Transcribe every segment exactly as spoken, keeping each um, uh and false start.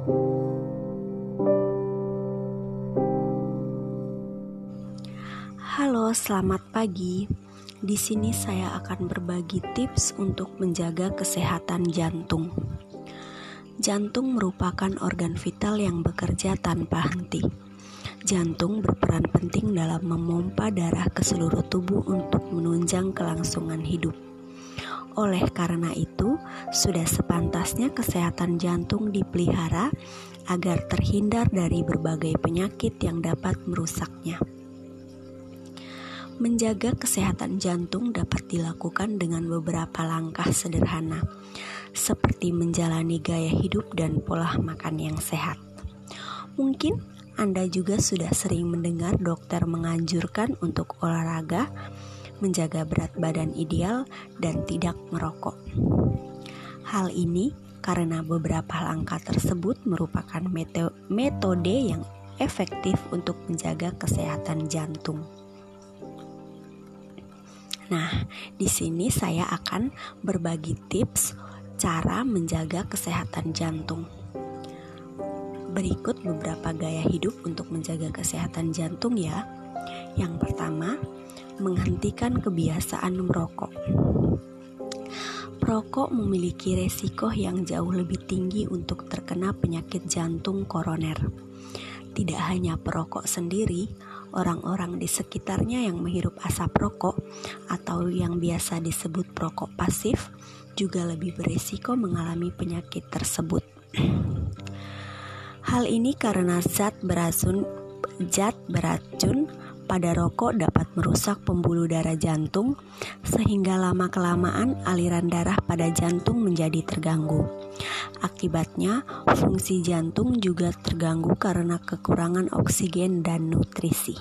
Halo, selamat pagi. Di sini saya akan berbagi tips untuk menjaga kesehatan jantung. Jantung merupakan organ vital yang bekerja tanpa henti. Jantung berperan penting dalam memompa darah ke seluruh tubuh untuk menunjang kelangsungan hidup. Oleh karena itu, sudah sepantasnya kesehatan jantung dipelihara agar terhindar dari berbagai penyakit yang dapat merusaknya. Menjaga kesehatan jantung dapat dilakukan dengan beberapa langkah sederhana, seperti menjalani gaya hidup dan pola makan yang sehat. Mungkin Anda juga sudah sering mendengar dokter menganjurkan untuk olahraga, menjaga berat badan ideal, dan tidak merokok. Hal ini karena beberapa langkah tersebut merupakan metode yang efektif untuk menjaga kesehatan jantung. Nah, di sini saya akan berbagi tips cara menjaga kesehatan jantung. Berikut beberapa gaya hidup untuk menjaga kesehatan jantung ya. Yang pertama, menghentikan kebiasaan merokok. Perokok memiliki resiko yang jauh lebih tinggi untuk terkena penyakit jantung koroner. Tidak hanya perokok sendiri, orang-orang di sekitarnya yang menghirup asap rokok atau yang biasa disebut perokok pasif juga lebih berisiko mengalami penyakit tersebut. Hal ini karena zat beracun, zat beracun pada rokok dapat merusak pembuluh darah jantung sehingga lama-kelamaan aliran darah pada jantung menjadi terganggu. Akibatnya, fungsi jantung juga terganggu karena kekurangan oksigen dan nutrisi.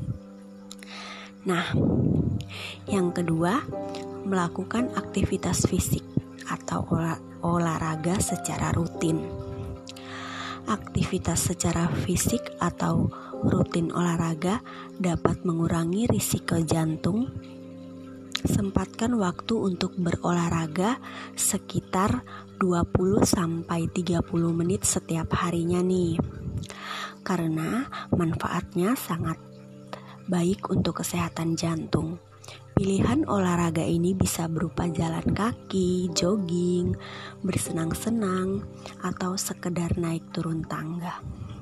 Nah, yang kedua, melakukan aktivitas fisik atau olah, olahraga secara rutin. Aktivitas secara fisik atau rutin olahraga dapat mengurangi risiko jantung. Sempatkan waktu untuk berolahraga sekitar dua puluh sampai tiga puluh menit setiap harinya nih. Karena manfaatnya sangat baik untuk kesehatan jantung. Pilihan olahraga ini bisa berupa jalan kaki, jogging, bersenang-senang, atau sekedar naik turun tangga.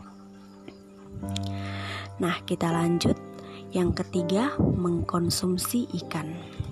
Nah, kita lanjut. Yang ketiga, mengkonsumsi ikan.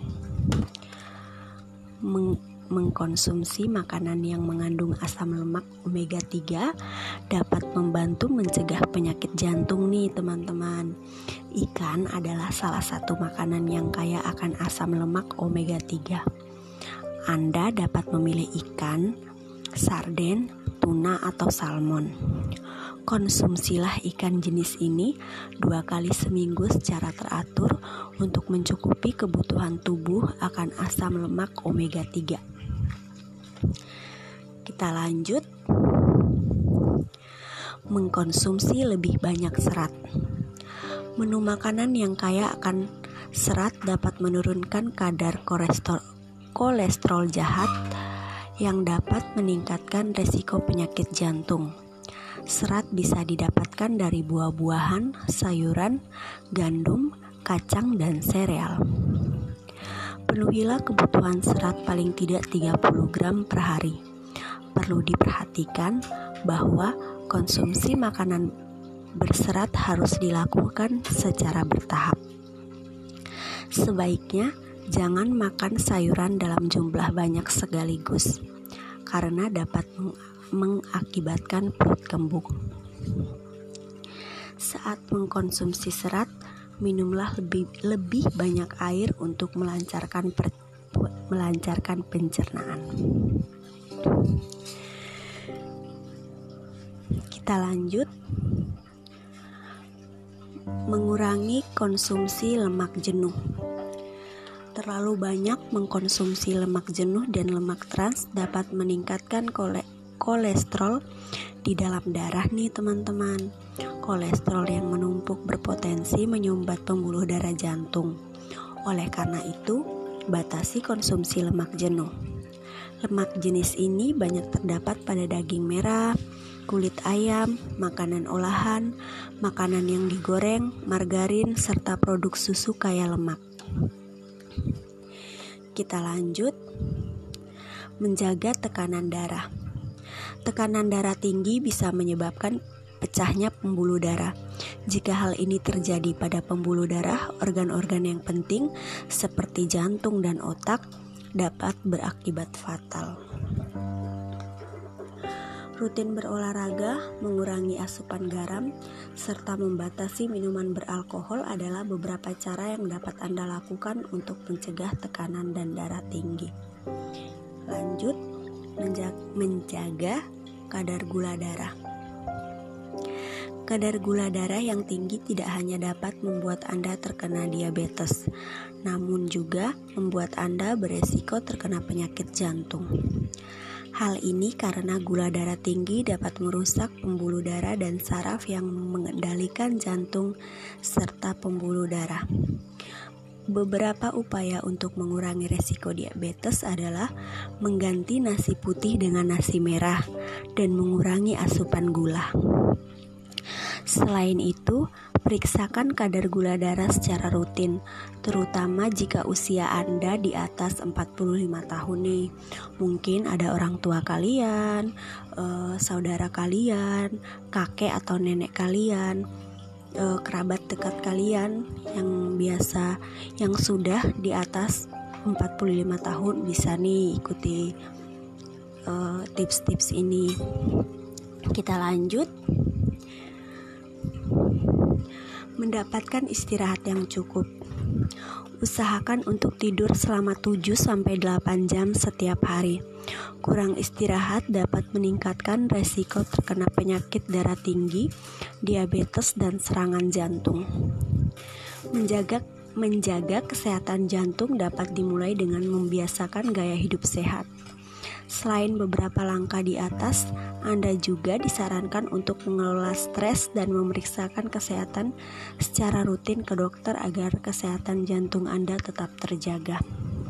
Meng- mengkonsumsi makanan yang mengandung asam lemak omega tiga dapat membantu mencegah penyakit jantung nih teman-teman. Ikan adalah salah satu makanan yang kaya akan asam lemak omega tiga. Anda dapat memilih ikan, sarden, tuna, atau salmon. Konsumsilah ikan jenis ini dua kali seminggu secara teratur untuk mencukupi kebutuhan tubuh akan asam lemak omega tiga. Kita lanjut. Mengkonsumsi lebih banyak serat. Menu makanan yang kaya akan serat dapat menurunkan kadar kolesterol, kolesterol jahat yang dapat meningkatkan risiko penyakit jantung. Serat bisa didapatkan dari buah-buahan, sayuran, gandum, kacang, dan sereal. Penuhilah kebutuhan serat paling tidak tiga puluh gram per hari. Perlu diperhatikan bahwa konsumsi makanan berserat harus dilakukan secara bertahap. Sebaiknya jangan makan sayuran dalam jumlah banyak sekaligus, karena dapat meng- mengakibatkan perut kembung. Saat mengkonsumsi serat, minumlah lebih lebih banyak air untuk melancarkan per, melancarkan pencernaan. Kita lanjut. Mengurangi konsumsi lemak jenuh. Terlalu banyak mengkonsumsi lemak jenuh dan lemak trans dapat meningkatkan kole- kolesterol di dalam darah nih teman-teman. Kolesterol yang menumpuk berpotensi menyumbat pembuluh darah jantung. Oleh karena itu, batasi konsumsi lemak jenuh. Lemak jenis ini banyak terdapat pada daging merah, kulit ayam, makanan olahan, makanan yang digoreng, margarin, serta produk susu kaya lemak. Kita lanjut. Menjaga tekanan darah. Tekanan darah tinggi bisa menyebabkan pecahnya pembuluh darah. Jika hal ini terjadi pada pembuluh darah, organ-organ yang penting seperti jantung dan otak dapat berakibat fatal. Rutin berolahraga, mengurangi asupan garam, serta membatasi minuman beralkohol adalah beberapa cara yang dapat Anda lakukan untuk mencegah tekanan dan darah tinggi. Lanjut, menjaga kadar gula darah. Kadar gula darah yang tinggi tidak hanya dapat membuat Anda terkena diabetes, namun juga membuat Anda beresiko terkena penyakit jantung. Hal ini karena gula darah tinggi dapat merusak pembuluh darah dan saraf yang mengendalikan jantung serta pembuluh darah. Beberapa upaya untuk mengurangi resiko diabetes adalah mengganti nasi putih dengan nasi merah dan mengurangi asupan gula. Selain itu, periksakan kadar gula darah secara rutin, terutama jika usia Anda di atas empat puluh lima tahun nih. Mungkin ada orang tua kalian, eh, saudara kalian, kakek atau nenek kalian, eh, kerabat dekat kalian yang biasa, yang sudah di atas empat puluh lima tahun bisa nih ikuti eh, tips-tips ini. Kita lanjut. Mendapatkan istirahat yang cukup. Usahakan untuk tidur selama tujuh sampai delapan jam setiap hari. Kurang istirahat dapat meningkatkan resiko terkena penyakit darah tinggi, diabetes, dan serangan jantung. Menjaga menjaga kesehatan jantung dapat dimulai dengan membiasakan gaya hidup sehat. Selain beberapa langkah di atas, Anda juga disarankan untuk mengelola stres dan memeriksakan kesehatan secara rutin ke dokter agar kesehatan jantung Anda tetap terjaga.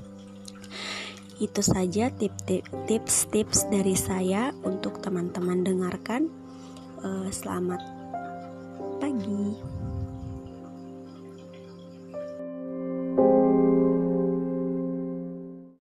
Itu saja tips-tips dari saya untuk teman-teman dengarkan. Selamat pagi.